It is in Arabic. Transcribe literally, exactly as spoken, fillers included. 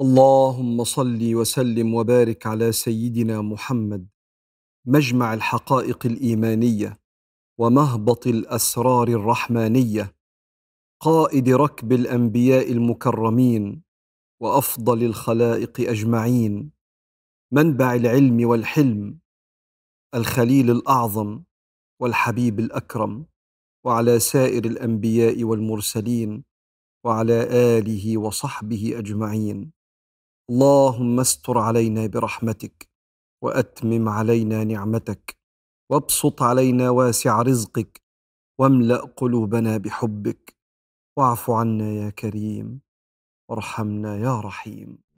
اللهم صل وسلم وبارك على سيدنا محمد، مجمع الحقائق الإيمانية ومهبط الأسرار الرحمانية، قائد ركب الأنبياء المكرمين وأفضل الخلائق أجمعين، منبع العلم والحلم، الخليل الأعظم والحبيب الأكرم، وعلى سائر الأنبياء والمرسلين، وعلى آله وصحبه أجمعين. اللهم استر علينا برحمتك، وأتمم علينا نعمتك، وابسط علينا واسع رزقك، واملأ قلوبنا بحبك، واعف عنا يا كريم، وارحمنا يا رحيم.